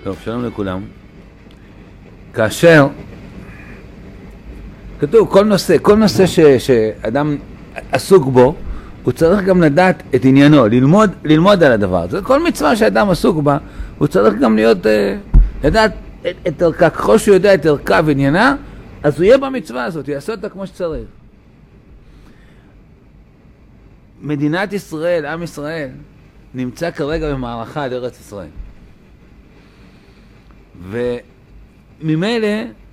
טוב, שלום לכולם. כאשר כתוב כל נושא שאדם עסוק בו, הוא צריך גם לדעת את עניינו, ללמוד על הדבר הזה. כל מצווה שאדם עסוק בה, הוא צריך גם לדעת את ערכה. ככל שהוא יודע את ערכה ועניינה, אז הוא יהיה במצווה הזאת, יעשה אותה כמו שצריך. מדינת ישראל, עם ישראל, נמצא כרגע במערכה על ארץ ישראל. וממילא,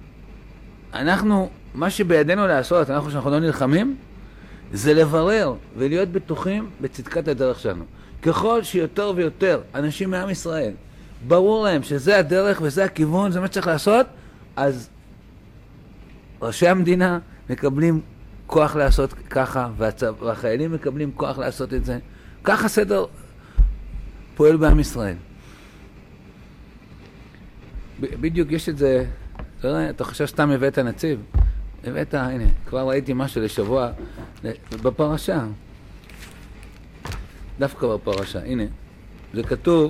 מה שבידינו לעשות, שאנחנו לא נלחמים, זה לברר ולהיות בטוחים בצדקת הדרך שלנו. ככל שיותר ויותר אנשים מעם ישראל, ברור להם שזה הדרך וזה הכיוון, זה מה שצריך לעשות, אז ראשי המדינה מקבלים כוח לעשות ככה, והחיילים מקבלים כוח לעשות את זה. ככה סדר פועל בעם ישראל. בדיוק יש את זה, אתה חושב סתם הבאת נציב? הבאת, הנה, כבר ראיתי משהו לשבוע בפרשה. דווקא בפרשה, הנה, זה כתוב.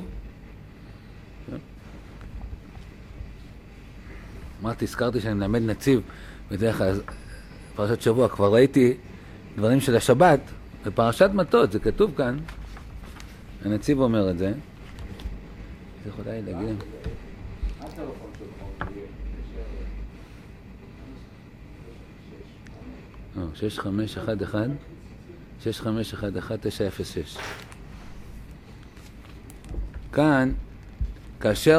הזכרתי שאני מלמד נציב בדרך כלל פרשת שבוע, כבר ראיתי דברים של השבת, בפרשת מטות, זה כתוב כאן, הנציב אומר את זה. זה יכול להגיד. 6511 6511 906. כאן, כאשר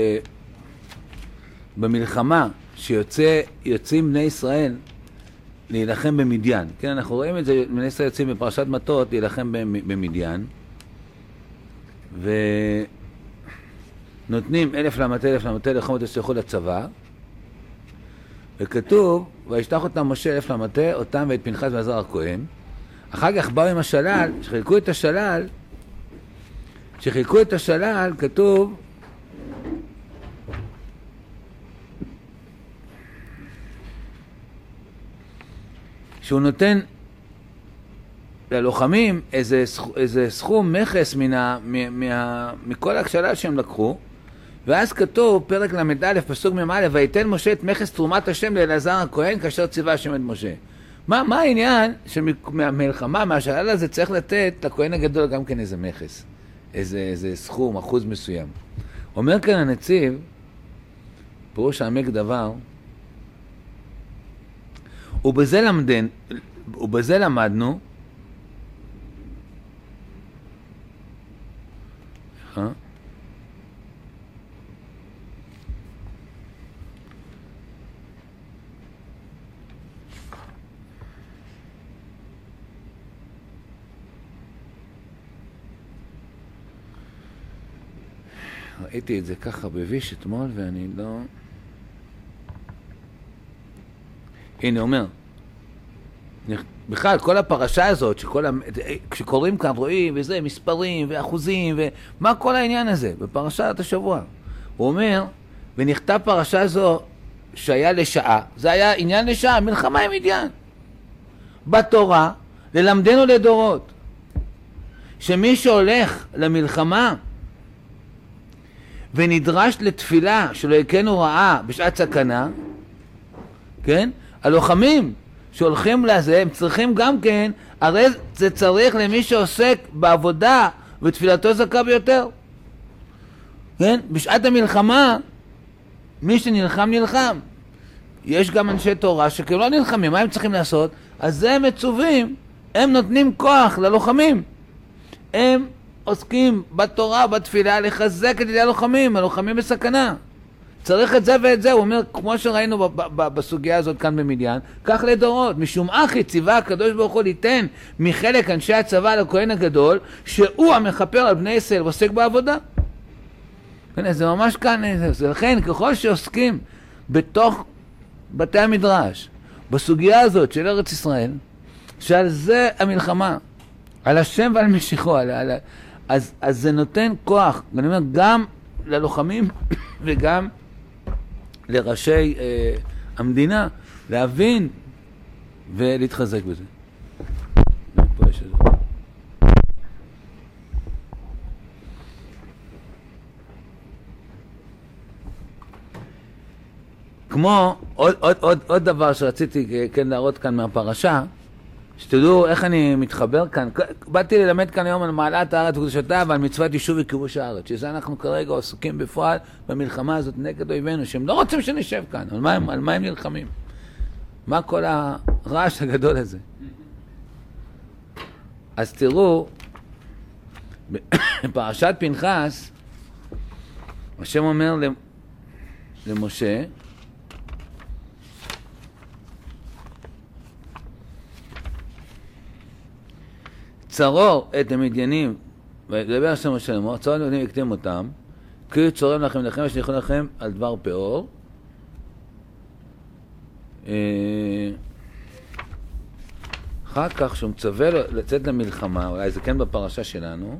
במלחמה שיוצאים בני ישראל להילחם במדיין, כן, אנחנו רואים את זה, בני ישראל יוצאים בפרשת מטות להילחם במדיין, ונותנים 1000 למטה לחום ותשלחו לצבא, וכתוב, וישלח אותם משה 1000 למטה, אותם ואת פנחס ועזר הכהן. אחר כך באו עם השלל, שחילקו את השלל, כתוב, שהוא נותן ללוחמים איזה סכום מכס מכל השלל שהם לקחו, ואז כתוב, פרק למד פסוק מ"א, ויתן משה את מכס תרומת השם לאלעזר הכהן כאשר ציווה השם את משה. מה העניין שמהמלחמה, מהשלל הזה צריך לתת לכהן הגדול גם כן איזה מכס, איזה סכום, אחוז מסוים. אומר כאן הנציב, פירוש העמק דבר, ובזה למדנו, ראיתי את זה ככה בביש אתמול ואני לא... הנה אומר, בכלל כל הפרשה הזאת, כשקוראים כאן רואים וזה, מספרים ואחוזים ומה כל העניין הזה בפרשת השבוע. הוא אומר, ונכתב פרשה זו שהיה לשעה, זה היה עניין לשעה, מלחמה עם מדיין. בתורה, ללמדנו לדורות, שמי שהולך למלחמה ונדרש לתפילה שלא יקנו רעה בשעת סכנה, כן? הלוחמים שהולכים לזה, הם צריכים גם כן, הרי זה צריך למי שעוסק בעבודה ותפילתו זכה ביותר. כן? בשעת המלחמה, מי שנלחם נלחם. יש גם אנשי תורה שכאילו לא נלחמים, מה הם צריכים לעשות? אז זה הם מצווים, הם נותנים כוח ללוחמים. הם עוסקים בתורה, בתפילה, לחזק את ידי הלוחמים, הלוחמים בסכנה. צריך את זה ואת זה, הוא אומר, כמו שראינו בסוגיה הזאת כאן במדיין, כך לדורות, משום אחי ציווה הקדוש ברוך הוא ליתן מחלק אנשי הצבא לכהן הגדול, שהוא המכפר על בני ישראל ועוסק בעבודה. זה ממש כאן, לכן ככל שעוסקים בתוך בתי המדרש, בסוגיה הזאת של ארץ ישראל, שעל זה המלחמה, על השם ועל משיחו, אז זה נותן כוח, ואני אומר, גם ללוחמים וגם לראשי המדינה, להבין ולהתחזק בזה. פה יש את זה. כמו עוד דבר שרציתי כן להראות כאן מהפרשה, שתדעו איך אני מתחבר כאן. באתי ללמד כאן היום על מעלת הארץ וקדושתה ועל מצוות יישוב וכיבוש הארץ, שזה אנחנו כרגע עסוקים בפועל במלחמה הזאת נגד אויבינו, שהם לא רוצים שנשב כאן. על מה הם נלחמים? מה כל הרעש הגדול הזה? אז תראו, בפרשת פנחס, השם אומר למשה, צרור את המדיינים, ודבר השם משה לאמור, צרור את המדיינים וקטם אותם, כי צורם לכם לכם ושליחו לכם על דבר פאור. אחר כך שהוא מצווה לו לצאת למלחמה, אולי זה כן בפרשה שלנו,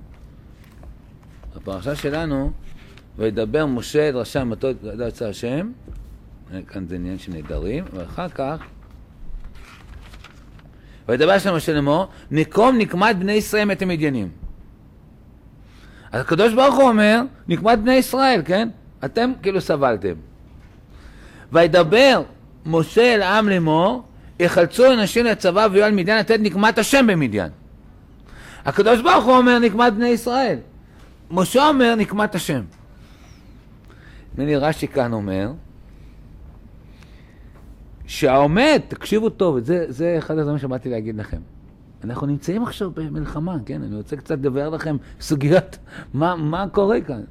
וידבר משה את ראשי המטות יצא השם, כאן זה עניין של נדרים, ואחר כך וידבר השם משה לאמור, נקום נקמת בני ישראל את המדיינים. אז הקדוש ברוך הוא אומר, נקמת בני ישראל, כן? אתם כאילו סבלתם. וידבר משה אל העם לאמור, יחלצו אנשים לצבא ויהיו על מדיין לתת נקמת השם במדיין. הקדוש ברוך הוא אומר נקמת בני ישראל. משה אומר נקמת השם. נראה לי רש"י כאן אומר, שהעומד, תקשיבו טוב, זה אחד הדברים שבאתי להגיד לכם. אנחנו נמצאים עכשיו במלחמה, כן? אני רוצה קצת לדבר לכם סוגיות, מה קורה כאן.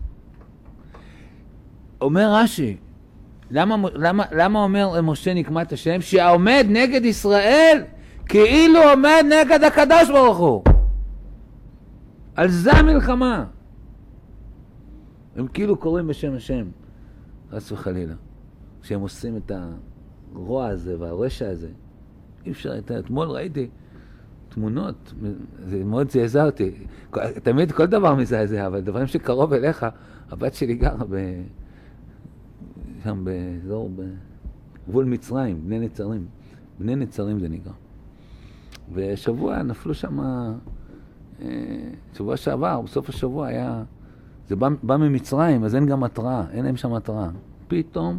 אומר רש"י, למה אומר משה נקמת השם? שהעומד נגד ישראל כאילו עומד נגד הקדוש ברוך הוא. על זה המלחמה. הם כאילו קוראים בשם השם, חס וחלילה. כשהם עושים את הרוע הזה והרשע הזה. אי אפשר, אתמול ראיתי תמונות, זה מאוד זעזע אותי. תמיד כל דבר מזעזע, אבל דברים שקרוב אליך, הבת שלי גרה שם באזור, בגבול מצרים, בני נצרים זה נקרא. ושבוע נפלו שם, שבוע שעבר, בסוף השבוע היה, זה בא ממצרים, אז אין גם התראה, אין להם שם התראה. פתאום,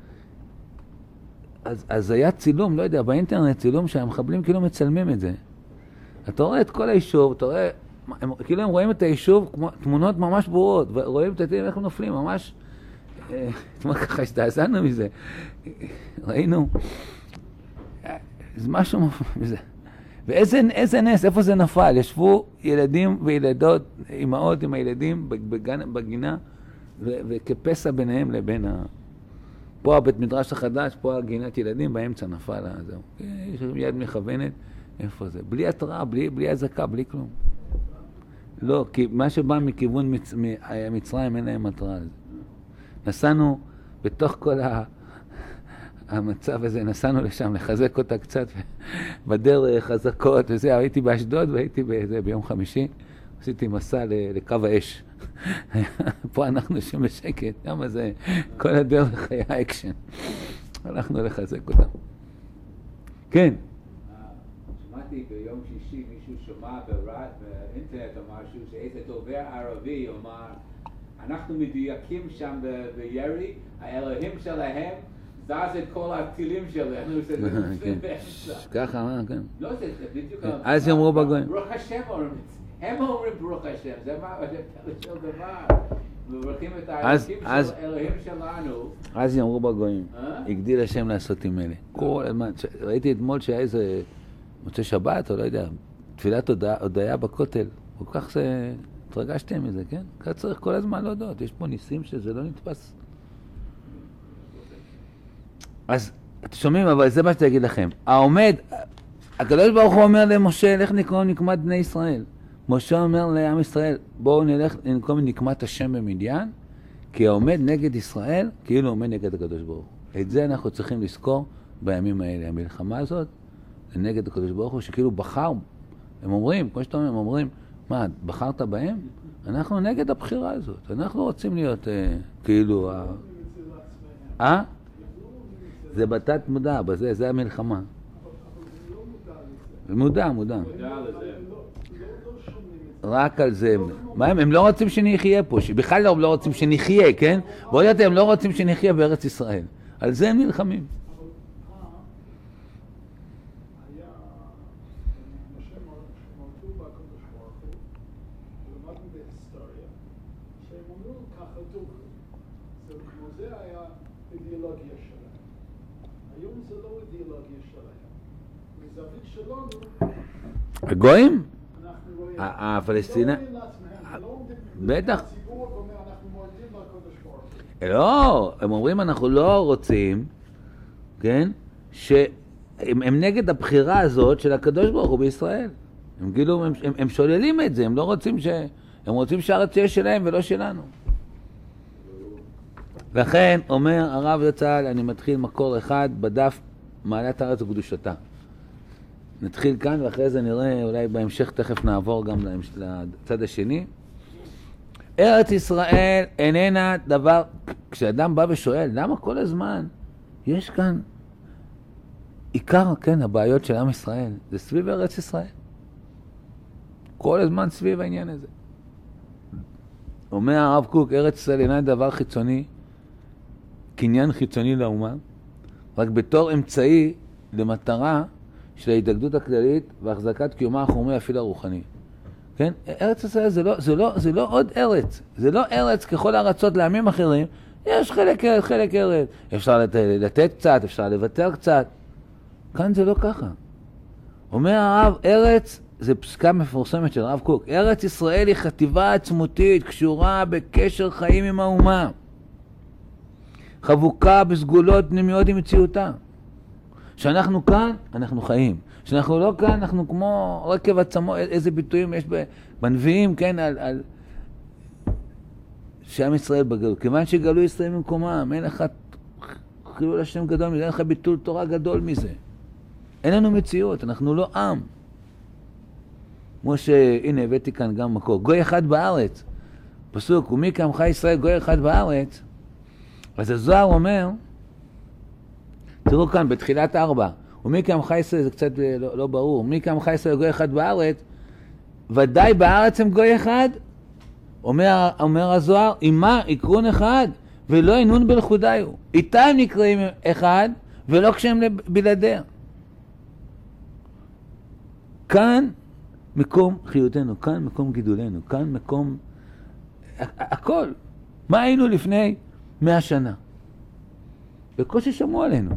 אז היה צילום, לא יודע, באינטרנט צילום שהמחבלים כאילו מצלמים את זה. אתה רואה את כל היישוב, אתה רואה, כאילו הם רואים את היישוב, תמונות ממש ברורות, ורואים את הטילים איך הם נופלים, ממש, אתמול ככה השתעזענו מזה, ראינו, זה משהו מזה. ואיזה נס, איפה זה נפל? ישבו ילדים וילדות, אמהות עם הילדים בגינה, וכפסע ביניהם לבין פה הבית מדרש החדש, פה הגינת ילדים, באמצע נפל, זהו. יש יד מכוונת, איפה זה? בלי התראה, בלי הזקה, בלי כלום. לא, כי מה שבא מכיוון מצרים אין להם התראה. נסענו בתוך כל המצב הזה, נסענו לשם לחזק אותה קצת, בדרך חזקות וזה, הייתי באשדוד והייתי ביום חמישי, עשיתי מסע לקו האש. פה אנחנו שם בשקט, למה זה, כל הדרך היה אקשן. הלכנו לחזק אותם. כן. שמעתי ביום שישי מישהו שמע באינטרנט או משהו שאיזה דובר ערבי אומר, אנחנו מדויקים שם בירי, האלוהים שלהם זז את כל הטילים שלנו, שזה נופל באמצע. ככה, כן. לא, זה בדיוק... אז יאמרו בגויים. ברוך השם אומרים, הם אומרים ברוך השם, זה מה של דבר. מברכים את האלוהים שלנו. אז יאמרו בגויים, הגדיל השם לעשות עם אלה. כל הזמן, ראיתי אתמול שהיה איזה מוצא שבת, או לא יודע, תפילת הודיה בכותל, כל כך זה... התרגשתם מזה, כן? כאן צריך כל הזמן להודות, יש פה ניסים שזה לא נתפס. אז אתם שומעים, אבל זה מה שתגיד לכם. העומד, הקדוש ברוך הוא אומר למשה, לך נקום נקמת בני ישראל. משה אומר לעם ישראל, בואו נלך לנקום נקמת השם במדיין, כי העומד נגד ישראל, כאילו עומד נגד הקדוש ברוך הוא. את זה אנחנו צריכים לזכור בימים האלה. המלחמה הזאת, זה נגד הקדוש ברוך הוא, שכאילו בחר, הם אומרים, כמו שאתה אומר, הם אומרים, מה, בחרת בהם? אנחנו נגד הבחירה הזאת. אנחנו רוצים להיות כאילו... זה בתת מודע, זה המלחמה. מודע. רק על זה. מה הם לא רוצים שנחיה פה, בכלל לא רוצים שנחיה, כן? ועוד יותר הם לא רוצים שנחיה בארץ ישראל. על זה הם נלחמים. אבל היה אנשים שמרדו בקדוש ברוך הוא, ולמדנו בהיסטוריה, שהם אומרים ככה דוגרי. זה כמו זה היה אידיאולוגיה שלהם. היום זה לא אידיאולוגיה שלהם. מזווית שלנו, הגויים? אנחנו רואים. הפלסטינים? בטח. הציבור אומר, אנחנו מורדים לקדוש ברוך הוא. לא, הם אומרים אנחנו לא רוצים, כן? שהם נגד הבחירה הזאת של הקדוש ברוך הוא בישראל. הם כאילו, הם שוללים את זה, הם לא רוצים הם רוצים שהארץ תהיה שלהם ולא שלנו. לכן אומר הרב יצא, אני מתחיל מקור אחד בדף מעלת הארץ וקדושתה. נתחיל כאן ואחרי זה נראה, אולי בהמשך תכף נעבור גם לצד השני. ארץ ישראל איננה דבר, כשאדם בא ושואל, למה כל הזמן יש כאן עיקר, כן, הבעיות של עם ישראל, זה סביב ארץ ישראל. כל הזמן סביב העניין הזה. אומר הרב קוק, ארץ ישראל אינה דבר חיצוני, קניין חיצוני לאומה, רק בתור אמצעי למטרה של ההתאגדות הכללית והחזקת קיומה החומרי אפילו הרוחני. כן? ארץ ישראל זה לא עוד ארץ. זה לא ארץ ככל הארצות לעמים אחרים. יש חלק ארץ, חלק ארץ. אפשר לתת קצת, אפשר לוותר קצת. כאן זה לא ככה. אומר הרב, ארץ, זה פסקה מפורסמת של הרב קוק. ארץ ישראל היא חטיבה עצמותית, קשורה בקשר חיים עם האומה. חבוקה בסגולות פנימיות עם מציאותה. כשאנחנו כאן, אנחנו חיים. כשאנחנו לא כאן, אנחנו כמו רכב עצמו, איזה ביטויים יש בנביאים, כן, על שעם ישראל בגלות. כיוון שגלו ישראל ממקומם, אין לך חילול השם גדול מזה, אין לך ביטול תורה גדול מזה. אין לנו מציאות, אנחנו לא עם. כמו שהנה הבאתי כאן גם מקור. גוי אחד בארץ. פסוק, ומי כעמך ישראל גוי אחד בארץ. אז הזוהר אומר, תראו כאן, בתחילת 4, ומי כעמך ישראל, זה קצת לא ברור, מי כעמך ישראל גוי אחד בארץ, ודאי בארץ הם גוי אחד, אומר הזוהר, אימה יקרון אחד, ולא אינון בלכודיו. איתם נקראים אחד, ולא כשהם בלעדיה. כאן מקום חיותנו, כאן מקום גידולנו, כאן מקום הכל. מה היינו לפני 100 שנה? בקושי שמעו עלינו.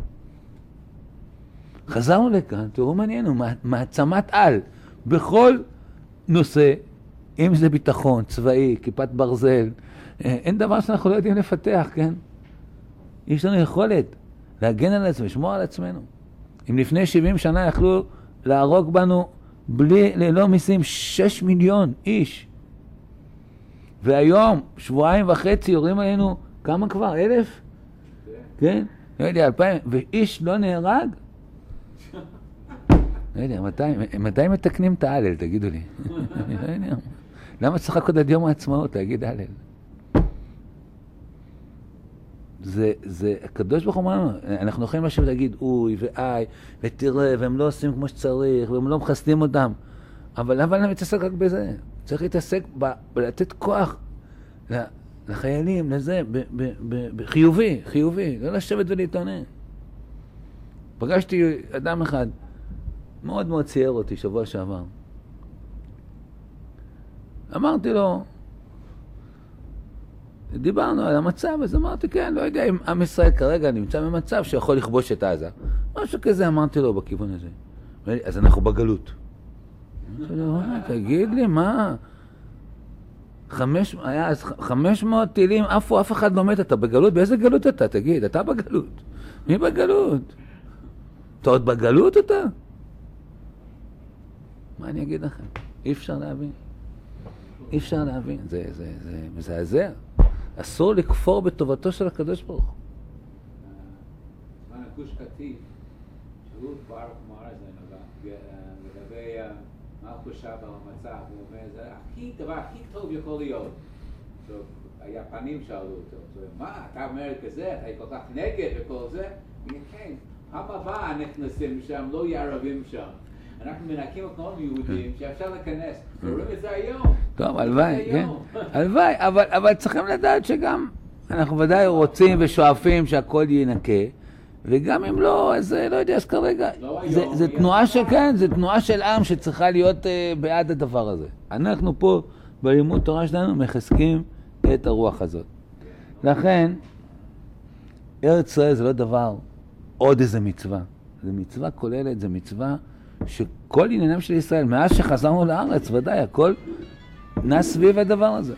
חזרנו לכאן, תראו מעניינו, מעצמת על, בכל נושא, אם זה ביטחון, צבאי, כיפת ברזל, אין דבר שאנחנו לא יודעים לפתח, כן? יש לנו יכולת להגן על עצמנו, לשמור על עצמנו. אם לפני 70 שנה יכלו להרוג בנו ללא מיסים 6 מיליון איש, והיום, 2.5 שבועות, יורים עלינו, כמה כבר? 1,000? כן? לא יודע, 2,000, ואיש לא נהרג? לא יודע, מתי מתקנים את ההלל, תגידו לי? אני לא יודע. למה צריך לחכות עד יום העצמאות, להגיד הלל? זה, הקדוש ברוך הוא אומר, אנחנו יכולים לשבת להגיד, אוי ואי, ותראה, והם לא עושים כמו שצריך, והם לא מחסנים אותם. אבל למה אני מתעסק רק בזה? צריך להתעסק בלתת כוח לחיילים, לזה, חיובי, לא לשבת ולהתעונן. פגשתי אדם אחד, מאוד מאוד צייר אותי שבוע שעבר. אמרתי לו, דיברנו על המצב, אז אמרתי, כן, לא יודע אם עם ישראל כרגע נמצא במצב שיכול לכבוש את עזה. משהו כזה אמרתי לו בכיוון הזה. אז אנחנו בגלות. אמרתי לו, תגיד לי, מה? 500 טילים, אף אחד לא מת, אתה בגלות? באיזה גלות אתה? תגיד, אתה בגלות. מי בגלות? אתה עוד בגלות אתה? מה אני אגיד לכם? אי אפשר להבין. אי אפשר להבין. זה מזעזע. אסור לכפור בטובתו של הקדוש ברוך הוא. זמן הגוש קטיף, שהוא כבר אמר את זה לגבי מה הוא חושב על המצב, הוא אומר, זה הדבר הכי טוב יכול להיות. היפנים שאלו אותו, מה, אתה אומר כזה, אתה כל כך נגד וכל זה? כן, פעם הבאה נכנסים שם, לא יהיה ערבים שם. אנחנו מנקים אותנו יהודים שאפשר להיכנס. רואים את זה היום. טוב, הלוואי, כן. הלוואי, אבל צריכים לדעת שגם אנחנו ודאי רוצים ושואפים שהכל ינקה, וגם אם לא, אז לא יודע, אז כרגע, זה תנועה שכן, זה תנועה של עם שצריכה להיות בעד הדבר הזה. אנחנו פה בלימוד תורה שלנו מחזקים את הרוח הזאת. לכן, ארץ ישראל זה לא דבר, עוד איזה מצווה. זה מצווה כוללת, זה מצווה שכל עניינם של ישראל, מאז שחזרנו לארץ, ודאי, הכל נע סביב הדבר הזה.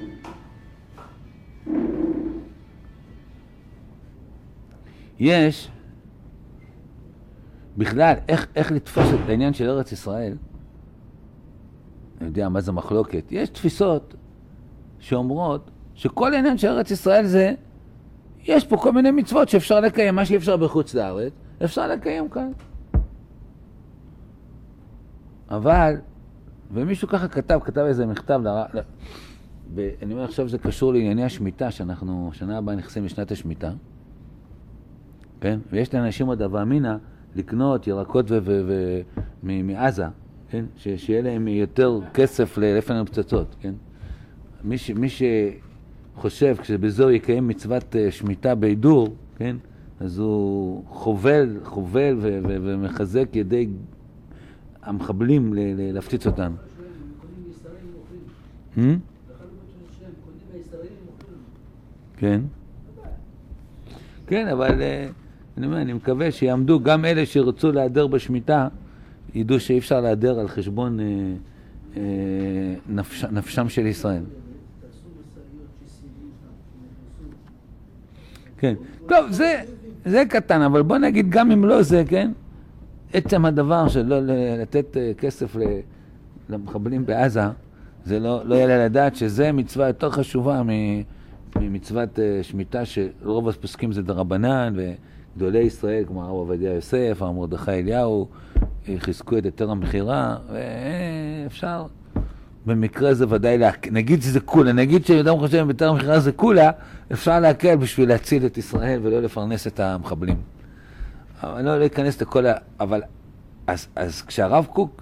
יש, בכלל, איך לתפוס את העניין של ארץ ישראל, אני יודע מה זה מחלוקת, יש תפיסות שאומרות שכל העניין של ארץ ישראל זה, יש פה כל מיני מצוות שאפשר לקיים, מה שאפשר בחוץ לארץ, אפשר לקיים כאן. אבל, ומישהו ככה כתב איזה מכתב, ואני אומר עכשיו זה קשור לענייני השמיטה, שאנחנו שנה הבאה נכנסים לשנת השמיטה, כן? ויש לאנשים עוד אמינה לקנות ירקות מעזה, כן? שיהיה להם יותר כסף לאפן פצצות, כן? מי שחושב כשבזו יקיים מצוות שמיטה בידור, כן? אז הוא חובל ומחזק ידי המחבלים להפציץ אותנו. כן? כן, אבל אני מקווה שיעמדו גם אלה שרצו להיעדר בשמיטה, ידעו שאי אפשר להיעדר על חשבון נפשם של ישראל. כן, טוב, זה קטן, אבל בוא נגיד גם אם לא זה, כן? עצם הדבר של לא לתת כסף למחבלים בעזה, זה לא יעלה לדעת שזה מצווה יותר חשובה ממצוות שמיטה שרוב הפוסקים זה דרבנן, וגדולי ישראל כמו הרב עובדיה יוסף, הרב מרדכי אליהו, חיזקו את היתר המכירה, ואפשר במקרה זה ודאי נגיד שזה כולה, נגיד שאדם חושב אם היתר המכירה זה כולה, אפשר להקל בשביל להציל את ישראל ולא לפרנס את המחבלים. אבל לא להיכנס לכל אבל אז כשהרב קוק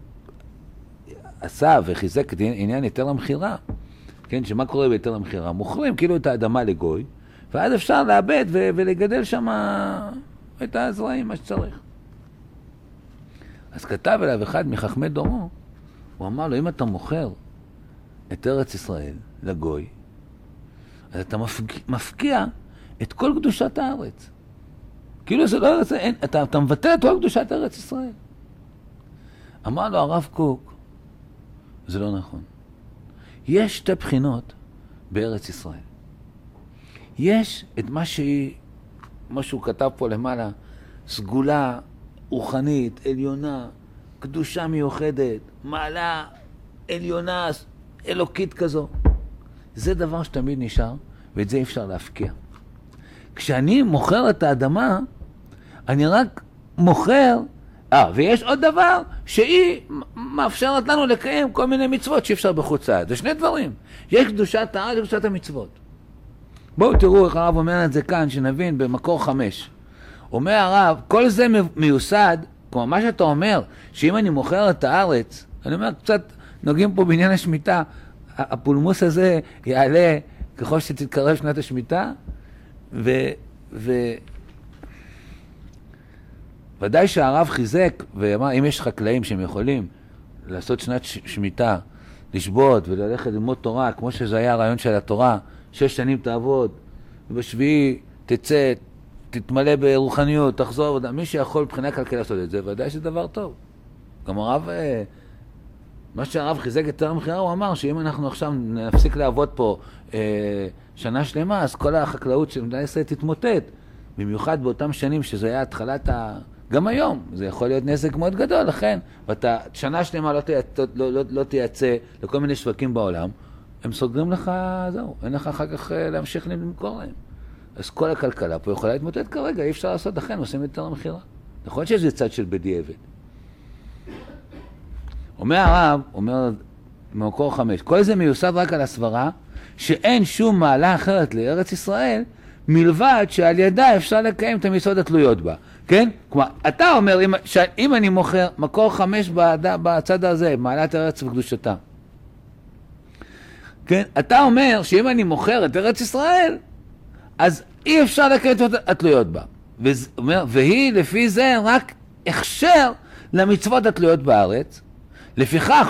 עשה וחיזק את עניין היתר המכירה, כן, שמה קורה ביתר המכירה? מוכרים כאילו את האדמה לגוי, ואז אפשר לאבד ולגדל שם את הזרעים, מה שצריך. אז כתב אליו אחד מחכמי דורו, הוא אמר לו, אם אתה מוכר את ארץ ישראל לגוי, אז אתה מפקיע את כל קדושת הארץ. כאילו זה לא ארץ, אתה מבטל את כל קדושת ארץ ישראל. אמר לו הרב קוק, זה לא נכון. יש שתי בחינות בארץ ישראל. יש את מה שהוא כתב פה למעלה, סגולה רוחנית, עליונה, קדושה מיוחדת, מעלה עליונה, אלוקית כזו. זה דבר שתמיד נשאר, ואת זה אפשר להפקיע. כשאני מוכר את האדמה, אני רק מוכר, ויש עוד דבר שהיא מאפשרת לנו לקיים כל מיני מצוות שאפשר בחוץ לארץ. זה שני דברים. יש קדושת הארץ וקדושת המצוות. בואו תראו איך הרב אומר את זה כאן, שנבין במקור 5. אומר הרב, כל זה מיוסד, כמו מה שאתה אומר, שאם אני מוכר את הארץ, אני אומר, קצת נוגעים פה בעניין השמיטה, הפולמוס הזה יעלה ככל שתתקרב שנת השמיטה, ודאי שהרב חיזק, ואמר, אם יש חקלאים שהם יכולים לעשות שנת שמיטה, לשבות וללכת ללמוד תורה, כמו שזה היה הרעיון של התורה, 6 שנים תעבוד, ובשביעי תצא, תתמלא ברוחניות, תחזור, מי שיכול מבחינה כלכלית לעשות את זה, ודאי שזה דבר טוב. גם הרב, מה שהרב חיזק את היתר המכירה, הוא אמר שאם אנחנו עכשיו נפסיק לעבוד פה שנה שלמה, אז כל החקלאות של מדינת ישראל תתמוטט, במיוחד באותם שנים שזה היה התחלת גם היום, זה יכול להיות נזק מאוד גדול, לכן, ואתה שנה שלמה לא תייצא לכל מיני שווקים בעולם, הם סוגרים לך, זהו, אין לך אחר כך להמשיך למכור להם. אז כל הכלכלה פה יכולה להתמוטט כרגע, אי אפשר לעשות, לכן עושים יותר המכירה. נכון שזה צד של בדיעבד. אומר הרב, אומר במקור 5, כל זה מיוסד רק על הסברה, שאין שום מעלה אחרת לארץ ישראל, מלבד שעל ידה אפשר לקיים את המצוות התלויות בה. כן? כלומר, אתה אומר, אם אני מוכר מקור 5 בצד הזה, מעלת ארץ וקדושתה. כן? אתה אומר שאם אני מוכר את ארץ ישראל, אז אי אפשר לקיים את התלויות בה. והיא לפי זה רק הכשר למצוות התלויות בארץ. לפיכך,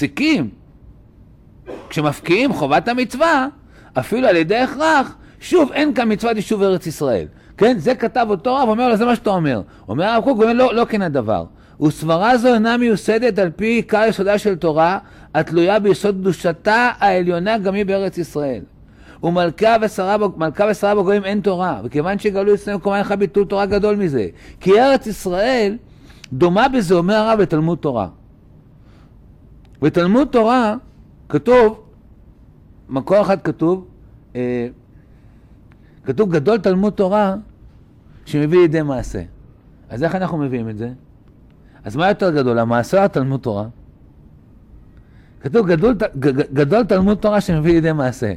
כשמפקיעים חובת המצווה, אפילו על ידי הכרח, שוב אין כאן מצוות יישוב ארץ ישראל. כן? זה כתב אותו רב, אומר לו, זה מה שאתה אומר. אומר הרב קוק, אומר, לא כן הדבר. וסברה זו אינה מיוסדת על פי עיקר יסודה של תורה, התלויה ביסוד קדושתה העליונה גם היא בארץ ישראל. ומלכה ושרה בגויים אין תורה, וכיוון שגלו ישראל קומה לך ביטול תורה גדול מזה. כי ארץ ישראל דומה בזה, אומר הרב, לתלמוד תורה. בתלמוד תורה כתוב, מקור אחד כתוב גדול תלמוד תורה שמביא לידי מעשה. אז איך אנחנו מביאים את זה? אז מה יותר גדול, המעשה או תלמוד תורה? כתוב גדול תלמוד תורה שמביא לידי מעשה.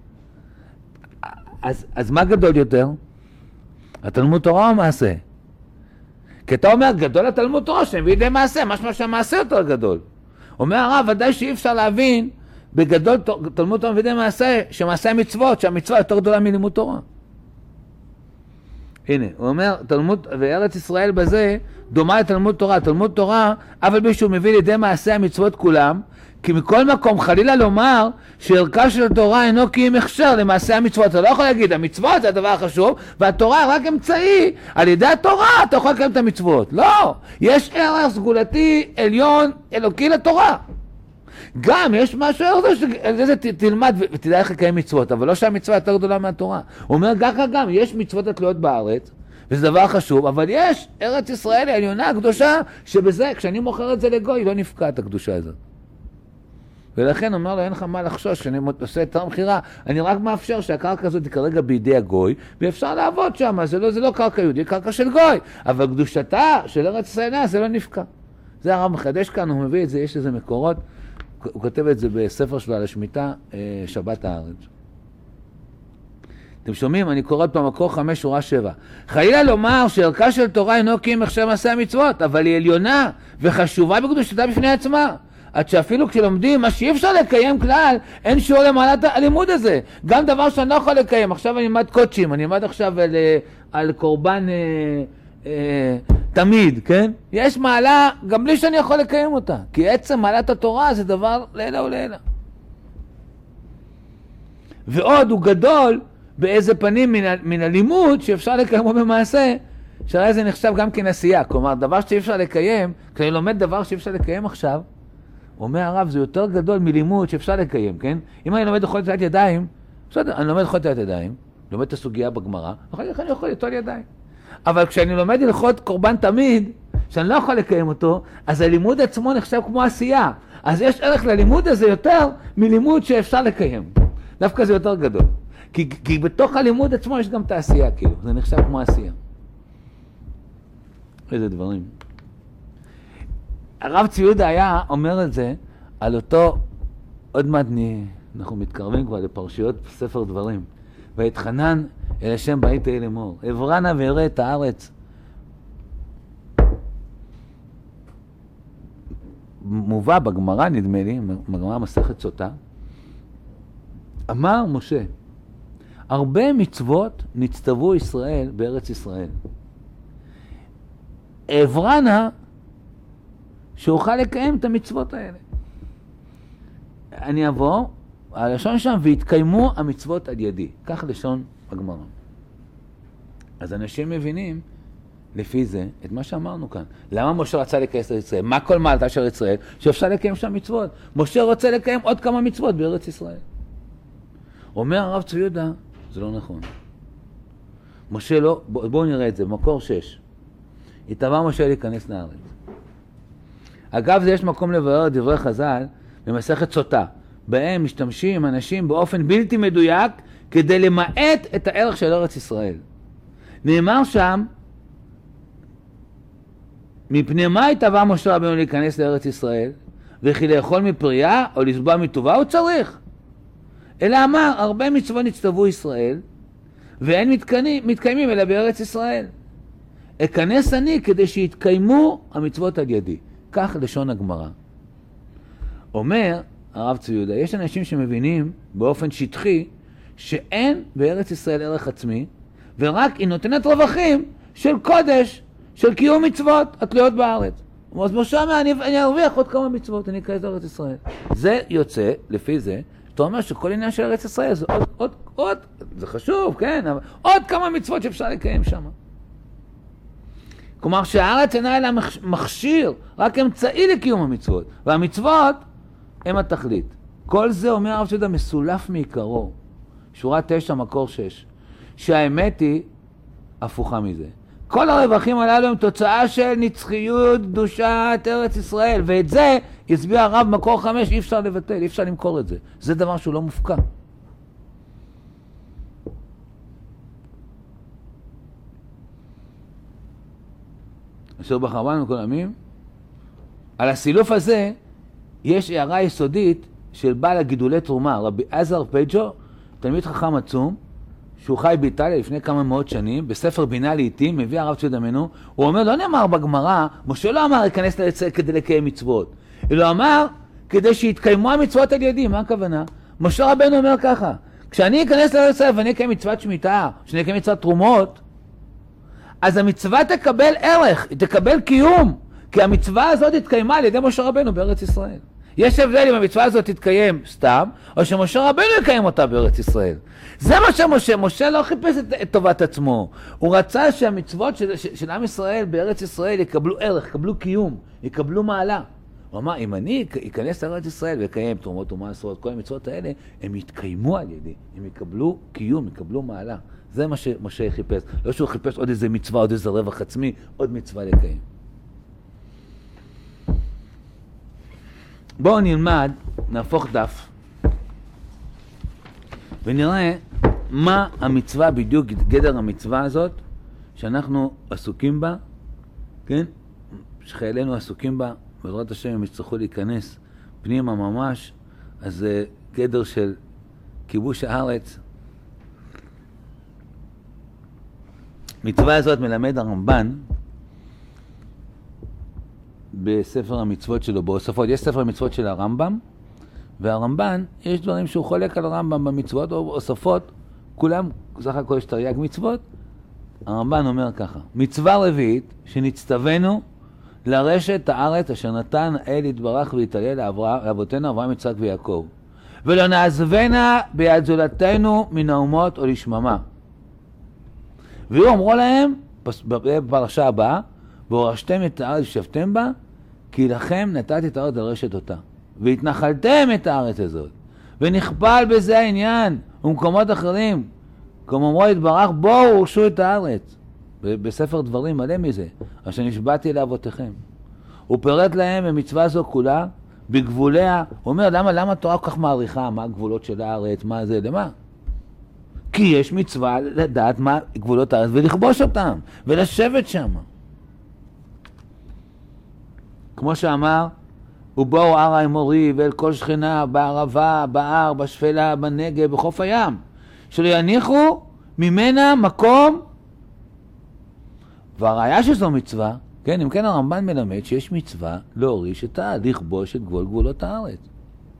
אז מה גדול יותר? התלמוד תורה או המעשה? כי אתה אומר גדול התלמוד תורה שמביא לידי מעשה, משמע שהמעשה יותר גדול. אומר הרב, ודאי שאי אפשר להבין בגדול תלמוד תורה מביא לידי מעשה, שמעשה המצוות, שהמצווה יותר גדולה מלימוד תורה. הנה, הוא אומר, תלמוד, וארץ ישראל בזה דומה לתלמוד תורה. תלמוד תורה, אבל מישהו מביא לידי מעשה המצוות כולם, כי מכל מקום חלילה לומר שערכה של התורה אינו כי אם הכשר למעשה המצוות. אתה לא יכול להגיד, המצוות זה הדבר החשוב, והתורה רק אמצעי, על ידי התורה אתה יכול לקיים את המצוות. לא, יש ערך סגולתי עליון אלוקי לתורה. גם יש משהו על זה תלמד ותדע איך לקיים מצוות, אבל לא שהמצווה יותר גדולה מהתורה. הוא אומר גם, יש מצוות התלויות בארץ, וזה דבר חשוב, אבל יש ארץ ישראל העליונה הקדושה, שבזה, כשאני מוכר את זה לגוי, לא נפקע את הקדושה הזאת. ולכן אומר לו, אין לך מה לחשוש, כשאני עושה יותר מחירה, אני רק מאפשר שהקרקע הזאת היא כרגע בידי הגוי, ואפשר לעבוד שם, זה לא קרקע יהודי, קרקע של גוי, אבל קדושתה של ארץ ישראל, זה לא נפקע. זה הרב מחדש כאן, הוא מביא את זה, יש איזה מקורות, הוא כותב את זה בספר שלו על השמיטה, שבת הארץ. אתם שומעים? אני קורא פה מקור 5 שורה 7. חלילה לומר שערכה של תורה אינו כי אם הכשר מעשה המצוות, אבל היא עליונה וחשובה בקדושתה בפני עצמה. עד שאפילו כשלומדים מה שאי אפשר לקיים כלל, אין שיעור למעלת הלימוד הזה. גם דבר שאני לא יכול לקיים. עכשיו אני אלמד קודשים, אני אלמד עכשיו על קורבן תמיד, כן? יש מעלה גם בלי שאני יכול לקיים אותה. כי עצם מעלת התורה זה דבר לילה וללילה. ועוד הוא גדול באיזה פנים מן הלימוד שאפשר לקיים בו במעשה, שהרי זה נחשב גם כנסייה. כלומר, דבר שאי אפשר לקיים, כשאני לומד דבר שאי אפשר לקיים עכשיו, אומר הרב, זה יותר גדול מלימוד שאפשר לקיים, כן? אם אני לומד לכל תלת ידיים, בסדר, אני לומד לכל תלת ידיים, לומד את הסוגיה בגמרא, אני יכול לטול ידיים. אבל כשאני לומד הלכות קורבן תמיד, שאני לא יכול לקיים אותו, אז הלימוד עצמו נחשב כמו עשייה. אז יש ערך ללימוד הזה יותר מלימוד שאפשר לקיים. דווקא זה יותר גדול. כי בתוך הלימוד עצמו יש גם את העשייה, כאילו. זה נחשב כמו עשייה. איזה דברים. הרב צבי יהודה היה אומר את זה על אותו, עוד מעט אנחנו מתקרבים כבר לפרשיות ספר דברים. והתחנן אל השם בית אל אמור, עברנה ויראה את הארץ. מובא בגמרא, נדמה לי, בגמרא מסכת סוטה, אמר משה, הרבה מצוות נצטוו ישראל בארץ ישראל. עברנה שאוכל לקיים את המצוות האלה. אני אבוא, הלשון שם, והתקיימו המצוות על ידי. כך לשון הגמרא. אז אנשים מבינים, לפי זה, את מה שאמרנו כאן. למה משה רצה לקיים את ישראל? מה כל מעלתה של ישראל? שאפשר לקיים שם מצוות. משה רוצה לקיים עוד כמה מצוות בארץ ישראל. אומר הרב צבי יהודה, זה לא נכון. משה לא, בואו נראה את זה, במקור 6. התאווה משה להיכנס לארץ. אגב, זה יש מקום לבאר את דברי חז"ל במסכת סוטה, בהם משתמשים אנשים באופן בלתי מדויק כדי למעט את הערך של ארץ ישראל. נאמר שם, מפני מה התאווה משה רבנו להיכנס לארץ ישראל? וכי לאכול מפריה או לסבוע מטובה הוא צריך? אלא אמר, הרבה מצוות נצטוו ישראל, ואין מתקיימים אלא בארץ ישראל. אכנס אני כדי שיתקיימו המצוות על ידי. כך לשון הגמרא. אומר הרב צבי יהודה, יש אנשים שמבינים באופן שטחי, שאין בארץ ישראל ערך עצמי, ורק היא נותנת רווחים של קודש, של קיום מצוות התלויות בארץ. אז משה אומר, אני ארוויח עוד כמה מצוות, אני אכנס לארץ ישראל. זה יוצא, לפי זה, אתה אומר שכל עניין של ארץ ישראל זה עוד, זה חשוב, כן, אבל עוד כמה מצוות שאפשר לקיים שם. כלומר שהארץ אינה אלא מכשיר, רק אמצעי לקיום המצוות, והמצוות הם התכלית. כל זה אומר הרב צבי יהודה מסולף מעיקרו, שורה 9 מקור 6, שהאמת היא הפוכה מזה. כל הרווחים הללו הם תוצאה של נצחיות קדושת ארץ ישראל, ואת זה הסביר הרב מקור 5, אי אפשר לבטל, אי אפשר למכור את זה. זה דבר שהוא לא מופקע. אשר בחרבן מכל עמים, על הסילוף הזה יש הערה יסודית של בעל הגידולי תרומה, רבי עזר פייג'ו, תלמיד חכם עצום, שהוא חי באיטליה לפני כמה מאות שנים, בספר בינה לעתים, מביא הרב צבי יהודה מנו, הוא אומר, לא נאמר בגמרא, משה לא אמר להיכנס לארץ ישראל כדי לקיים מצוות, אלא אמר כדי שיתקיימו המצוות על ידי. מה הכוונה? משה רבנו אומר ככה, כשאני אכנס לארץ ישראל ואני אקיים מצוות שמיטה, כשאני אקיים מצוות תרומות, אז המצווה תקבל ערך, היא תקבל קיום, כי המצווה הזאת התקיימה על ידי משה רבנו בארץ ישראל. יש הבדל אם המצווה הזאת תתקיים סתם, או שמשה רבנו יקיים אותה בארץ ישראל. זה מה משה לא חיפש את טובת עצמו. הוא רצה שהמצוות של עם ישראל בארץ ישראל יקבלו ערך, יקבלו קיום, יקבלו מעלה. הוא אמר, אם אני אכנס לארץ ישראל ויקיים תרומות ומעשרות, כל המצוות האלה, הם יתקיימו על ידי, הם יקבלו קיום, יקבלו מעלה. זה מה שמשה חיפש. לא שהוא חיפש עוד איזה מצווה, עוד איזה רווח עצמי, עוד מצווה לקיים. בואו נלמד, נהפוך דף, ונראה מה המצווה, בדיוק גדר המצווה הזאת, שאנחנו עסוקים בה, כן? שחיילינו עסוקים בה, בעזרת השם הם יצטרכו להיכנס פנימה ממש, אז זה גדר של כיבוש הארץ. מצווה הזאת מלמד הרמב"ן, בספר המצוות שלו, בהוספות, יש ספר המצוות של הרמב"ם, והרמב"ן, יש דברים שהוא חולק על הרמב"ם במצוות, או בהוספות, כולם, סך הכל יש תרי"ג מצוות, הרמב"ן אומר ככה, מצווה רביעית, שנצטווינו לרשת הארץ אשר נתן האל יתברך ויתעלה לאבותינו אברהם יצחק ויעקב, ולא נעזבנה ביד זולתנו מן האומות או לשממה. והוא אמרו להם, בפרשה הבאה, והורשתם את הארץ ושבתם בה, כי לכם נתתי את הארץ לרשת אותה. והתנחלתם את הארץ הזאת. ונכפל בזה העניין, ומקומות אחרים. כמו אמרו יתברך, בואו הורשו את הארץ. בספר דברים מלא מזה, אשר נשבעתי לאבותיכם. הוא פירט להם במצווה זו כולה, בגבוליה. הוא אומר, למה התורה כל כך מעריכה? מה הגבולות של הארץ? מה זה? למה? כי יש מצווה לדעת מה גבולות הארץ ולכבוש אותם, ולשבת שם. כמו שאמר, ובואו הר האמורי ואל כל שכנה, בערבה, בהר, בשפלה, בנגב, בחוף הים, שלא יניחו ממנה מקום. והראיה שזו מצווה, כן, אם כן הרמב"ן מלמד שיש מצווה להוריש את הארץ, לכבוש את גבולות הארץ.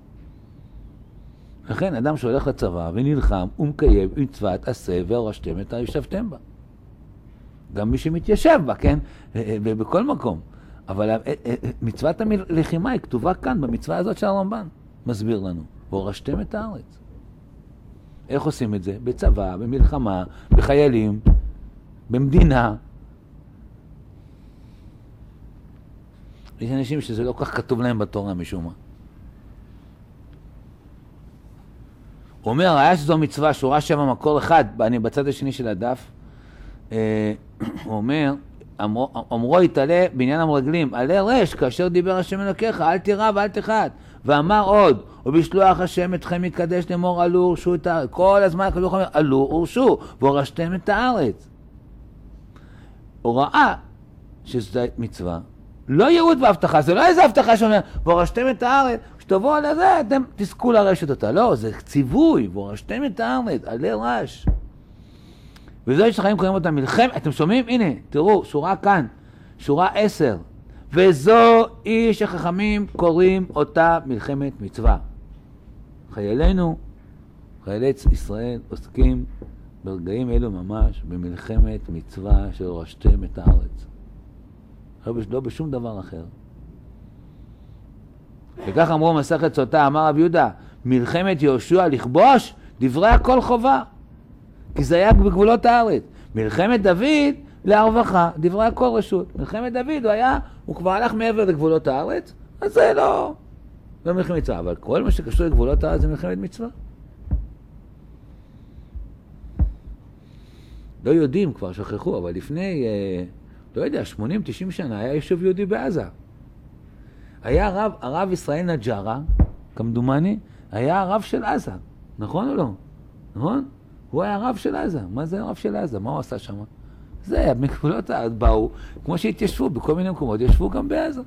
לכן אדם שהולך לצבא ונלחם, הוא מקיים מצוות עשה והורשתם את הארץ ושבתם בה. גם מי שמתיישב בה, כן, בכל מקום. אבל מצוות הלחימה היא כתובה כאן, במצווה הזאת של הרמב"ן. מסביר לנו, והורשתם את הארץ. איך עושים את זה? בצבא, במלחמה, בחיילים, במדינה. יש אנשים שזה לא כך כתוב להם בתורה משום מה. הוא אומר, היה שזו מצווה, שורה 7 מקור 1, אני בצד השני של הדף, הוא אומר, אמרו יתעלה בעניין המרגלים, עלה רש, כאשר דיבר השם אלוקיך, אל תירא ואל תחת. ואמר עוד, ובשלוח השם אתכם יקדש לאמור, עלו הורשו את הארץ. כל הזמן הקדוש אומר, עלו הורשו, והורשתם את הארץ. הוא ראה שזו מצווה, לא ייעוד והבטחה, זה לא איזה הבטחה שאומר, והורשתם את הארץ, כשתבואו על זה, אתם תזכו לרשת אותה. לא, זה ציווי, והורשתם את הארץ, עלה רש. וזו יש לכם קוראים אותה מלחמת, אתם שומעים? הנה, תראו, שורה כאן, שורה 10. וזו איש החכמים קוראים אותה מלחמת מצווה. חיילינו חיילי ישראל עוסקים ברגעים אלו ממש במלחמת מצווה שהורשתם את הארץ. לא בשום דבר אחר. וכך אמרו מסכת סוטה, אמר רב יהודה, מלחמת יהושע לכבוש דברי הכל חובה, כי זה היה בגבולות הארץ. מלחמת דוד להרווחה, דברי הכל רשות. מלחמת דוד הוא כבר הלך מעבר לגבולות הארץ, אז זה לא מלחמת מצווה, אבל כל מה שקשור לגבולות הארץ זה מלחמת מצווה. לא יודעים, כבר שכחו, אבל לפני, לא יודע, 80-90 שנה היה יישוב יהודי בעזה. היה הרב ישראל נג'רה, כמדומני, היה הרב של עזה, נכון או לא? נכון? הוא היה הרב של עזה. מה זה הרב של עזה? מה הוא עשה שם? זה, מגבולות באו, כמו שהתיישבו בכל מיני מקומות, ישבו גם בעזה.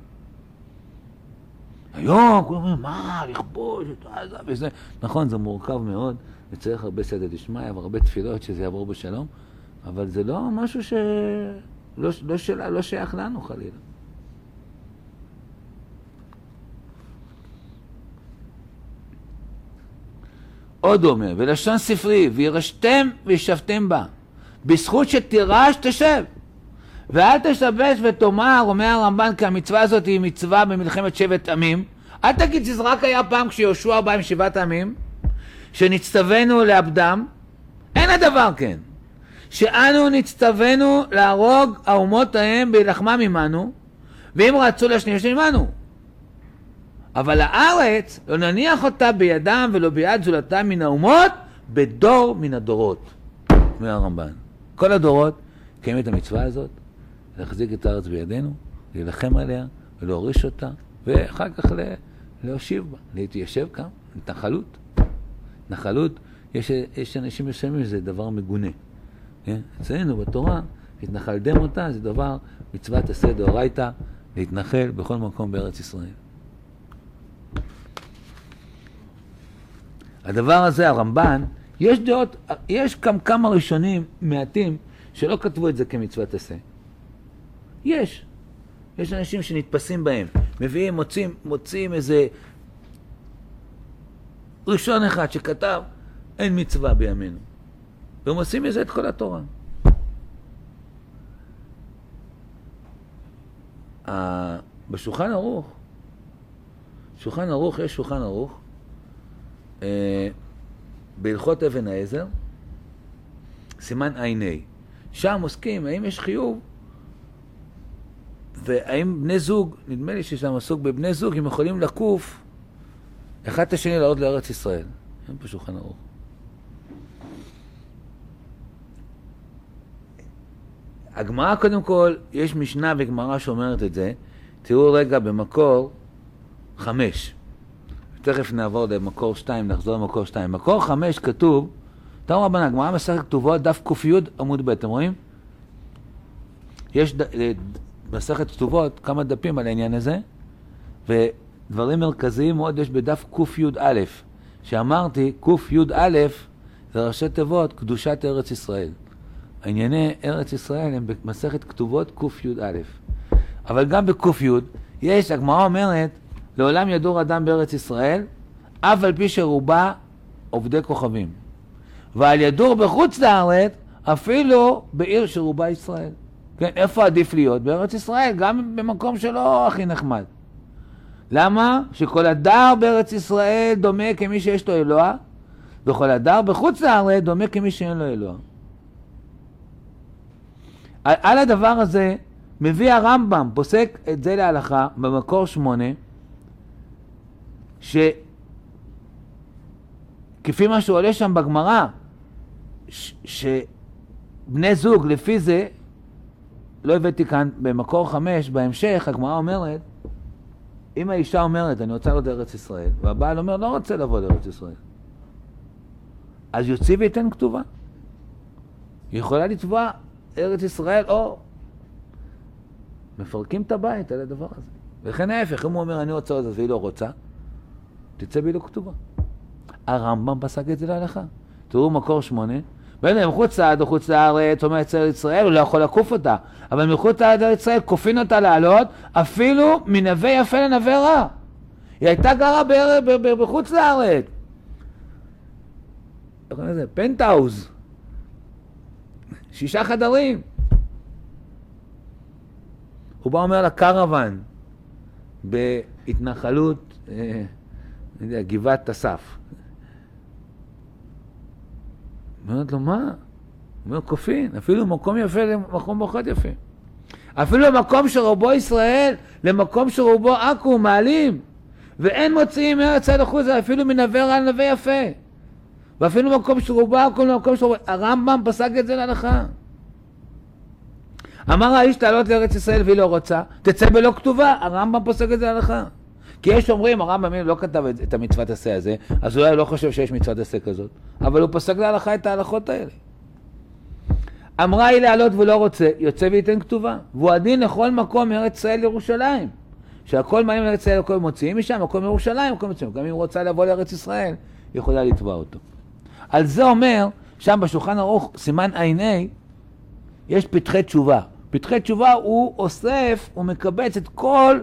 היום, כולם אומרים, מה, לכבוש את עזה וזה. נכון, זה מורכב מאוד, וצריך הרבה סייעתא דשמיא והרבה תפילות שזה יעבור בשלום, אבל זה לא משהו לא שייך לנו חלילה. עוד אומר, ולשון ספרי, וירשתם וישבתם בה, בזכות שתירש תשב, ואל תשבש ותאמר, אומר הרמב"ן, כי המצווה הזאת היא מצווה במלחמת שבט עמים. אל תגיד שזה רק היה פעם כשיהושע בא עם 7 עמים, שנצטווינו לאבדם. אין הדבר כן. שאנו נצטווינו להרוג האומות ההם בהילחמם עמנו, ואם רצו להשמיד עמנו. אבל הארץ לא נניח אותה בידם ולא ביד זולתה מן האומות בדור מן הדורות. אומר הרמב"ן. כל הדורות קיימים את המצווה הזאת, להחזיק את הארץ בידינו, להילחם עליה ולהוריש אותה, ואחר כך להושיב בה, להתיישב כאן, התנחלות. התנחלות, יש אנשים מסוימים שזה דבר מגונה. אצלנו בתורה, התנחלתם אותה, זה דבר מצוות עשה דאורייתא, להתנחל בכל מקום בארץ ישראל. הדבר הזה, הרמב"ן, יש דעות, יש כמה ראשונים מעטים שלא כתבו את זה כמצוות עשה. יש אנשים שנתפסים בהם, מביאים, מוצאים איזה ראשון אחד שכתב, אין מצווה בימינו. והם עושים מזה את כל התורה. בשולחן ערוך, יש שולחן ערוך, בהלכות אבן העזר, סימן עיני. שם עוסקים, האם יש חיוב, והאם בני זוג, נדמה לי ששם עסוק בבני זוג, הם יכולים לקוף אחד את השני לעוד לארץ ישראל. אין פה שולחן ערוך. הגמרא קודם כל, יש משנה וגמרא שאומרת את זה. תראו רגע במקור 5. תכף נעבור למקור 2, נחזור למקור 2. מקור 5 כתוב, תראו רבנן, הגמרא מסכת כתובות, דף ק"י עמוד ב', אתם רואים? יש מסכת כתובות כמה דפים על העניין הזה, ודברים מרכזיים מאוד יש בדף ק"יא, שאמרתי, ק"יא זה ראשי תיבות קדושת ארץ ישראל. הענייני ארץ ישראל הם במסכת כתובות ק"יא. אבל גם בק"י יש, הגמרא אומרת, לעולם ידור אדם בארץ ישראל, אף על פי שרובה עובדי כוכבים. ועל ידור בחוץ לארץ, אפילו בעיר שרובה ישראל. כן, איפה עדיף להיות? בארץ ישראל, גם במקום שלא הכי נחמד. למה? שכל הדר בארץ ישראל דומה כמי שיש לו אלוה, וכל הדר בחוץ לארץ דומה כמי שאין לו אלוה. על הדבר הזה מביא הרמב"ם, פוסק את זה להלכה במקור 8, שכפי מה שעולה שם בגמרא, שבני זוג לפי זה, לא הבאתי כאן במקור 5, בהמשך הגמרא אומרת, אם האישה אומרת אני רוצה לעבוד לארץ ישראל, והבעל אומר לא רוצה לבוא לארץ ישראל, אז יוציא ויתן כתובה. היא יכולה לתבוע ארץ ישראל או מפרקים את הבית על הדבר הזה. וכן ההפך, אם הוא אומר אני רוצה את זה והיא לא רוצה, תצא בי לו כתובה. הרמב"ם פסק את זה להלכה. תראו מקור 8, בין אם חוץ לארץ או חוץ לארץ, אומר אצל ישראל, הוא לא יכול לקוף אותה, אבל מחוץ לארץ ישראל כופין אותה לעלות, אפילו מנווה יפה לנווה רע. היא הייתה גרה בחוץ לארץ. פנטהאוז. 6 חדרים. הוא בא אומר לקרוון בהתנחלות, אני יודע, גבעת אסף. אומרת לו, מה? הוא אומר, קופין, אפילו מקום יפה למקום פחות יפה. אפילו למקום שרובו ישראל, למקום שרובו עכו, מעלים. ואין מוציאים מארץ עד החוץ, אפילו מנווה רע לנווה יפה. ואפילו מקום שרובו עכו, למקום שרובו... הרמב"ם פסק את זה להלכה. אמר האיש תעלות לארץ ישראל והיא לא רוצה, תצא בלא כתובה, הרמב"ם פוסק את זה להלכה. כי יש אומרים, הרמב"ם לא כתב את המצוות עשה הזה, אז אולי לא חושב שיש מצוות עשה כזאת, אבל הוא פסק להלכה את ההלכות האלה. אמרה היא לעלות ולא רוצה, יוצא וייתן כתובה, והוא הדין לכל מקום מארץ ישראל לירושלים, שהכל מעלים לארץ ישראל, הכל מוציאים משם, הכל מירושלים, הכל מוציאים, גם אם הוא רוצה לבוא לארץ ישראל, היא יכולה לתבוע אותו. על זה אומר, שם בשולחן ערוך, סימן עיני, יש פתחי תשובה. פתחי תשובה הוא אוסף, הוא מקבץ את כל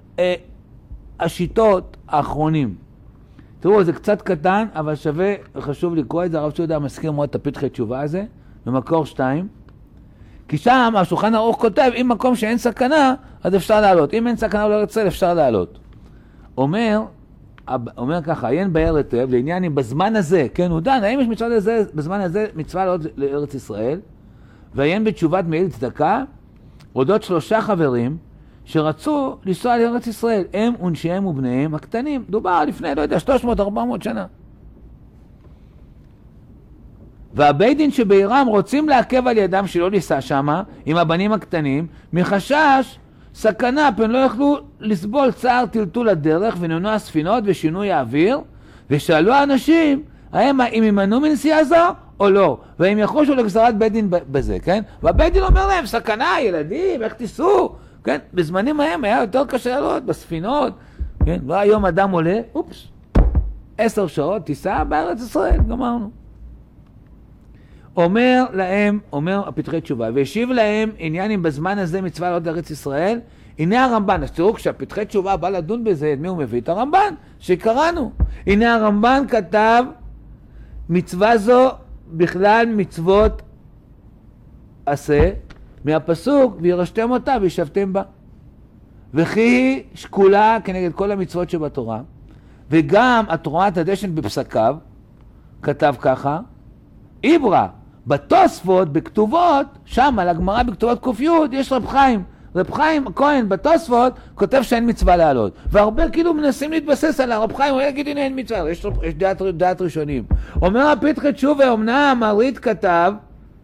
השיטות האחרונים. תראו, זה קצת קטן, אבל שווה, חשוב לקרוא את זה, הרב צ'ודה מזכיר מאוד את הפתחי תשובה הזה, במקור 2. כי שם השולחן ערוך כותב, אם מקום שאין סכנה, אז אפשר לעלות. אם אין סכנה לארץ ישראל, אפשר לעלות. אומר ככה, עיין בהר היטב, לעניין אם בזמן הזה, כן, הוא דן, האם יש מצווה לזה, בזמן הזה מצווה לעלות לארץ ישראל, ועיין בתשובת מעיל צדקה, אודות 3 חברים שרצו לנסוע לארץ ישראל, הם ונשיהם ובניהם הקטנים, דובר לפני, לא יודע, 300-400 שנה. והבית דין שבעירם רוצים לעכב על ידם שלא ניסע שמה, עם הבנים הקטנים, מחשש סכנה, פן לא יכלו לסבול צער טלטול הדרך ונענו הספינות ושינוי האוויר, ושאלו האנשים, האם ימנעו מנסיעה זו או לא, והם יחושו לגזרת בית דין בזה, כן? והבית דין אומר להם, סכנה, ילדים, איך תיסעו? כן? בזמנים ההם היה יותר קשה לעלות, בספינות, כן? והיום אדם עולה, 10 שעות, תיסע בארץ ישראל, גמרנו. אומר להם, אומר הפתחי תשובה, והשיב להם עניין אם בזמן הזה מצווה לעלות לארץ ישראל, הנה הרמב"ן, אז תראו, כשהפתחי תשובה בא לדון בזה, את מי הוא מביא? את הרמב"ן, שקראנו. הנה הרמב"ן כתב, מצווה זו בכלל מצוות עשה, מהפסוק, וירשתם אותה וישבתם בה. וכי היא שקולה כנגד כל המצוות שבתורה, וגם התורת הדשן בפסקיו, כתב ככה, איברה, בתוספות, בכתובות, שם על הגמרא בכתובות קופיות, יש רב חיים. רב חיים כהן בתוספות כותב שאין מצווה לעלות. והרבה כאילו מנסים להתבסס על הרב חיים, הוא יגיד הנה אין מצווה, יש דעת ראשונים. אומר הפתחי תשובה, אמנם המרית כתב,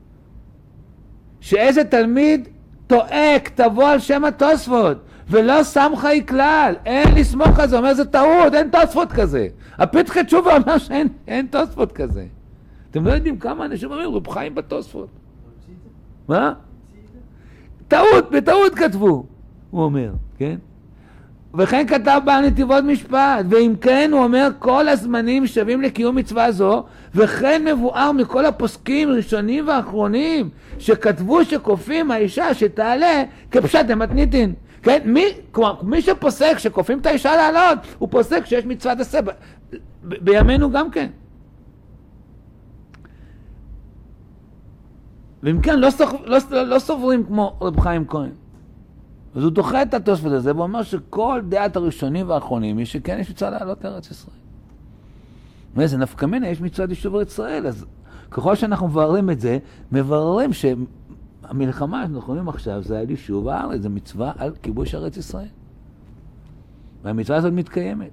שאיזה תלמיד טועה כתבו על שם התוספות, ולא סמכה היא כלל, אין לסמוך על זה, אומר זה טעות, אין תוספות כזה. הפתחי תשובה אומר שאין תוספות כזה. אתם לא יודעים כמה אנשים אומרים, רב חיים בתוספות. מה? בטעות כתבו, הוא אומר, כן? וכן כתב בעל נתיבות משפט, ואם כן הוא אומר, כל הזמנים שווים לקיום מצווה זו, וכן מבואר מכל הפוסקים ראשונים ואחרונים, שכתבו שכופים האישה שתעלה כפשט דמתניתין. כן? מי שפוסק שכופים את האישה לעלות, הוא פוסק שיש מצוות עשה, בימינו גם כן. ואם כן, לא סוברים כמו רב חיים כהן. אז הוא דוחה את התוספות הזה, והוא אומר שכל דעת הראשונים והאחרונים היא שכן יש מצווה לעלות לארץ ישראל. וזה נפקא מינה, יש מצווה ליישוב ארץ ישראל, אז ככל שאנחנו מבררים את זה, מבררים שהמלחמה שאנחנו רואים עכשיו זה על יישוב הארץ, זה מצווה על כיבוש ארץ ישראל. והמצווה הזאת מתקיימת.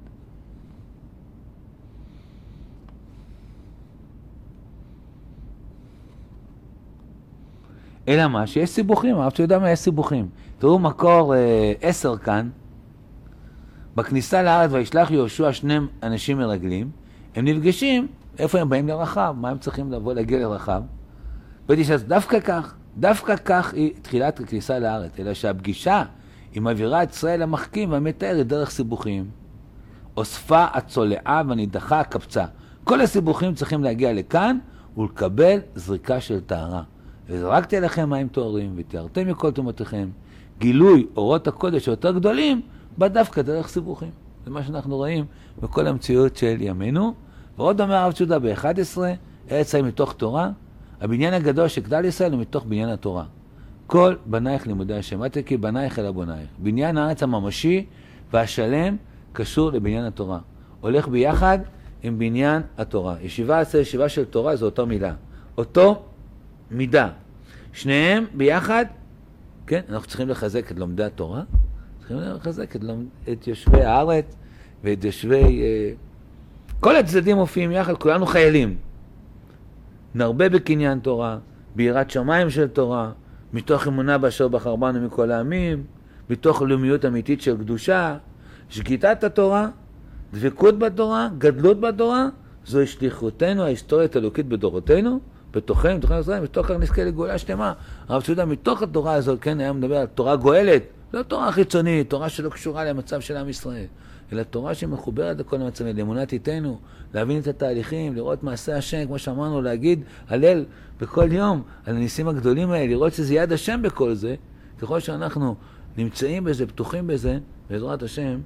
אלא מה? שיש סיבוכים, הרב שיודע מה יש סיבוכים. תראו מקור 10 כאן, בכניסה לארץ וישלח יהושע 2 אנשים מרגלים, הם נפגשים, איפה הם באים לרחב, מה הם צריכים להגיע לרחב? ותשאל, דווקא כך היא תחילת הכניסה לארץ, אלא שהפגישה היא מעבירה את ישראל למחכים והמתאר היא דרך סיבוכים. אוספה הצולעה והנידחה הקפצה. כל הסיבוכים צריכים להגיע לכאן ולקבל זריקה של טהרה. וזרקתי עליכם מים טהורים ותיארתם מכל תומתיכם. גילוי אורות הקודש היותר גדולים בא דווקא דרך סיבוכים. זה מה שאנחנו רואים בכל המציאות של ימינו. ועוד אומר הרב צ'ודה ב-11, ארץ ישראל מתוך תורה, הבניין הגדול של כלל ישראל הוא מתוך בניין התורה. כל בנייך לימודי השם, אל תקי בנייך אלא בונייך. בניין הארץ הממשי והשלם קשור לבניין התורה. הולך ביחד עם בניין התורה. ישיבה של תורה זו אותו מילה. אותו מידה. שניהם ביחד, כן, אנחנו צריכים לחזק את לומדי התורה, צריכים לחזק את יושבי הארץ ואת יושבי... כל הצדדים מופיעים יחד, כולנו חיילים. נרבה בקניין תורה, ביראת שמיים של תורה, מתוך אמונה באשר בחר בנו מכל העמים, מתוך לאומיות אמיתית של קדושה, שגיטת התורה, דבקות בתורה, גדלות בתורה, זוהי שליחותנו ההיסטורית האלוקית בדורותינו, בתוכנו, בתוך ישראל, מתוך כך נזכה לגאולה שלמה. הרב צבי, מתוך התורה הזאת, כן, היה מדבר על תורה גואלת, לא תורה חיצונית, תורה שלא קשורה למצב של עם ישראל, אלא תורה שמחוברת לכל המצבים, לאמונת איתנו, להבין את התהליכים, לראות מעשה השם, כמו שאמרנו, להגיד הלל בכל יום על הניסים הגדולים האלה, לראות שזה יד השם בכל זה, ככל שאנחנו נמצאים בזה, פתוחים בזה, בעזרת השם,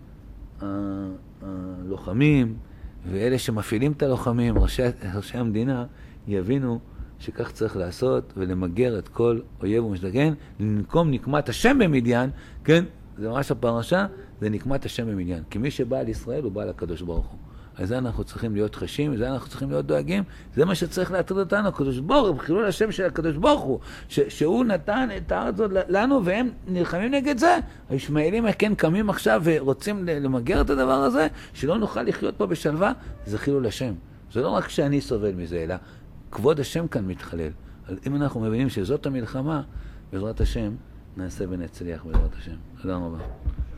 הלוחמים ואלה שמפעילים את הלוחמים, ראשי המדינה, יבינו שכך צריך לעשות ולמגר את כל אויב ומשתגן, לנקום נקמת השם במדיין, כן, זה ממש הפרשה, זה נקמת השם במדיין. כי מי שבא על ישראל הוא בא על הקדוש ברוך הוא. על זה אנחנו צריכים להיות חשים, זה אנחנו צריכים להיות דואגים, זה מה שצריך להטריד אותנו, הקדוש ברוך הוא, בחילול השם של הקדוש ברוך הוא, שהוא נתן את הארץ הזאת לנו והם נלחמים נגד זה. הישמעאלים כן קמים עכשיו ורוצים למגר את הדבר הזה, שלא נוכל לחיות פה בשלווה, זה חילול השם. זה לא רק שאני סובל מזה, אלא כבוד השם כאן מתחלל. אם אנחנו מבינים שזאת המלחמה, בעזרת השם נעשה ונצליח בעזרת השם. תודה רבה.